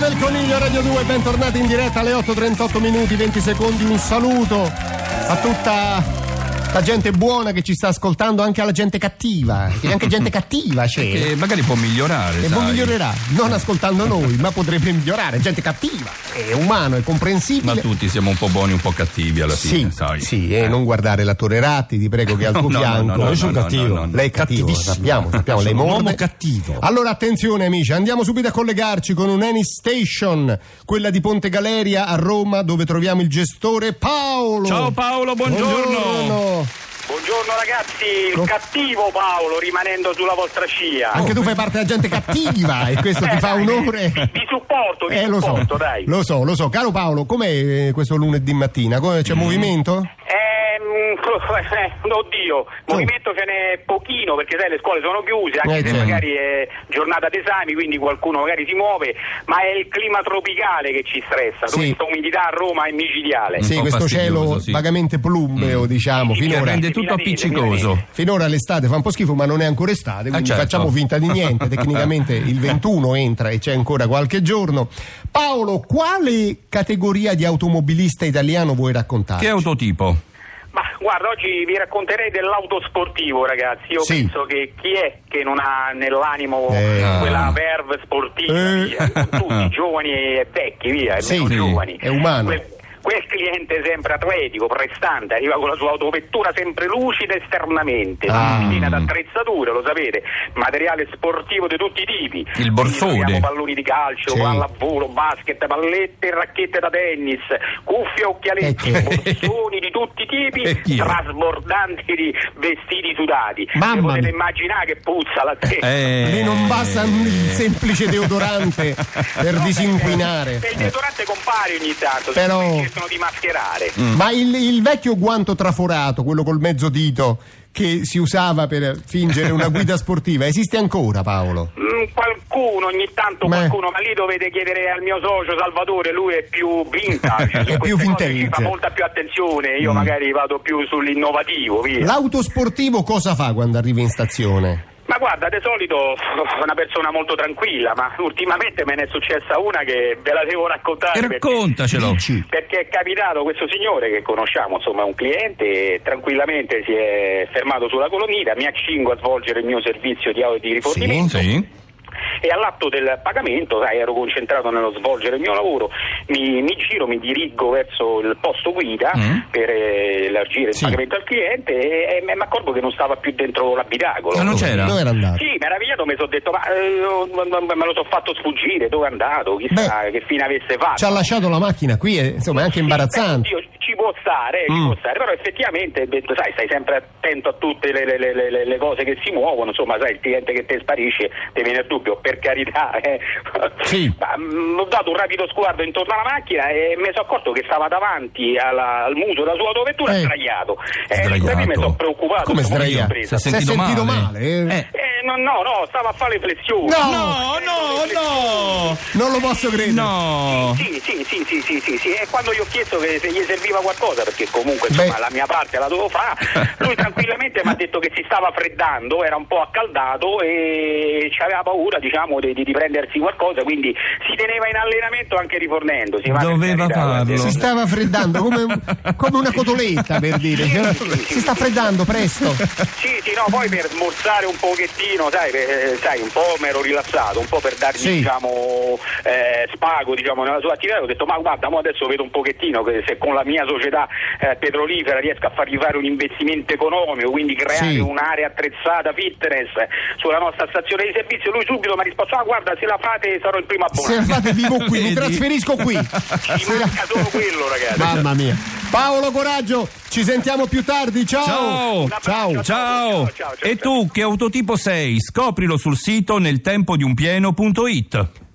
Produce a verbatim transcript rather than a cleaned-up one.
del Coniglio, Radio due, bentornati in diretta alle otto e trentotto minuti, venti secondi. Un saluto a tutta la gente buona che ci sta ascoltando, anche alla gente cattiva, che anche gente cattiva c'è. Che magari può migliorare, e sai. migliorerà, non ascoltando noi, ma potrebbe migliorare. Gente cattiva, è umano, è comprensibile. Ma tutti siamo un po' buoni, un po' cattivi alla fine, Sì, sai. sì, e eh. non guardare l'attore Ratti, ti prego, che è al tuo No, no, fianco. no, no, Io sono no, cattivo. no, no, no. Lei è cattivo, sappiamo, sappiamo, lei Sono un morde. uomo cattivo. Allora attenzione amici, andiamo subito a collegarci con un Eni Station, quella di Ponte Galeria a Roma, dove troviamo il gestore Paolo. Ciao Paolo, buongiorno. Buongiorno. Buongiorno ragazzi, il Oh. cattivo Paolo, rimanendo sulla vostra scia. Anche tu fai parte della gente cattiva e questo Eh, ti fa dai, onore. Vi, vi supporto, vi Eh, lo so, supporto, dai. lo so, lo so. Caro Paolo, com'è eh, questo lunedì mattina? Come- C'è Mm. movimento? Ehm, eh, oddio, movimento ce n'è pochino perché sai le scuole sono chiuse, anche Eh, se certo. magari è giornata d'esami, quindi qualcuno magari si muove, ma è il clima tropicale che ci stressa, Sì. questa umidità a Roma è micidiale. Sì, po' questo cielo fastidioso, sì. vagamente plumbeo, diciamo, Sì, finora. Che rende tutto Milanese, appiccicoso. milanese. Finora l'estate fa un po' schifo, ma non è ancora estate, quindi certo. facciamo finta di niente. Tecnicamente il ventuno entra e c'è ancora qualche giorno. Paolo, quale categoria di automobilista italiano vuoi raccontare? Che autotipo? Ma guarda, oggi vi racconterei dell'autosportivo, ragazzi. Io Sì. penso che chi è che non ha nell'animo Eh. quella verve sportiva, Eh. via, tutti giovani e vecchi, via, e Sì, meno sì, giovani. è umano. Quel, quel cliente sempre atletico, prestante, arriva con la sua autovettura sempre lucida esternamente, Ah. piena d'attrezzature, lo sapete, materiale sportivo di tutti i tipi. Il borsone. Quindi troviamo palloni di calcio, Sì. pallavolo, basket, pallette e racchette da tennis, cuffie e occhialetti, Eh, borsoni di tutti i tipi, Eh, chi è? trasbordanti di vestiti sudati. Mamma Se potete mia. immaginare che puzza la testa. Eh. Lì non basta il semplice deodorante per disinquinare. E il deodorante compare ogni tanto, Però- se cercano di mascherare. Ma il, il vecchio guanto traforato, quello col mezzo dito che si usava per fingere una guida sportiva, esiste ancora, Paolo? Mm, qualcuno, ogni tanto Ma- qualcuno, ma lì dovete chiedere al mio socio Salvatore, lui è più vintage, su È più queste cose vintage. ci fa molta più attenzione, io magari vado più sull'innovativo, via. L'autosportivo cosa fa quando arriva in stazione? Ma guarda, di solito una persona molto tranquilla, ma ultimamente me ne è successa una che ve la devo raccontare. E raccontacelo. Dici. Perché è capitato questo signore che conosciamo, insomma, un cliente, e tranquillamente si è fermato sulla colonnina, mi accingo a svolgere il mio servizio di, di rifornimento. Sì. E all'atto del pagamento, sai, ero concentrato nello svolgere il mio lavoro, mi, mi giro, mi dirigo verso il posto guida Mm. per eh, elargire il Sì. pagamento al cliente e, e mi accorgo che non stava più dentro l'abitacolo. Ma non c'era? Dove era andato? Sì, meravigliato mi sono detto, ma eh, me lo sono fatto sfuggire, dove è andato, chissà Beh, che fine avesse fatto. Ci ha lasciato la macchina qui, e, insomma è anche imbarazzante. Sì, beh, oddio, ci può stare, ci Mm. può stare, però effettivamente ho detto, sai, stai sempre attento a tutte le, le- le- le- le cose che si muovono, insomma, sai, il cliente che te sparisce ti viene il dubbio, per carità. Eh. Sì. Ma, mm, ho dato un rapido sguardo intorno alla macchina e mi sono accorto che stava davanti alla- al muso della sua autovettura Eh. sdraiato. Sdraiato? E mi sono preoccupato. Come sono molto sdraiato? sorpreso. Si è sentito sentito male? male, eh? Eh. Eh, no, no, no, stava a fare le flessioni. No! No, no, no! Non lo posso credere. No! Sì, sì, sì, sì, sì, sì, sì. E quando gli ho chiesto che se gli serviva qualcosa, perché comunque Beh. insomma la mia parte la dovevo fare, lui tranquillamente mi ha detto che si stava freddando, era un po' accaldato e aveva paura, diciamo, di, di prendersi qualcosa, quindi si teneva in allenamento anche rifornendo. Si va per Doveva carità, farlo. guardi. Si stava freddando come, come una cotoletta, per dire. Cioè, si sta freddando presto. Sì, sì, no, poi per smorzare un pochettino, sai, per- sai, un po' mi ero rilassato, un po' per dargli, Sì. diciamo, eh, spago, diciamo, nella sua attività. Ho detto, ma guarda, mo adesso vedo un pochettino che se con la mia società eh, petrolifera riesco a fargli fare un investimento economico, quindi creare Sì. un'area attrezzata fitness sulla nostra stazione di servizio, lui subito mi ha risposto, ah guarda, se la fate sarò il primo Se abbonato. la fate vivo qui, mi Vedi? trasferisco qui. Ci Se la- manca solo quello, ragazzi. Mamma mia. Paolo, coraggio, ci sentiamo più tardi. Ciao. Ciao. Un abbraccio Ciao. a tutti. Ciao! Ciao, ciao, E ciao. tu che autotipo sei? Scoprilo sul sito nel tempo di un pieno punto it.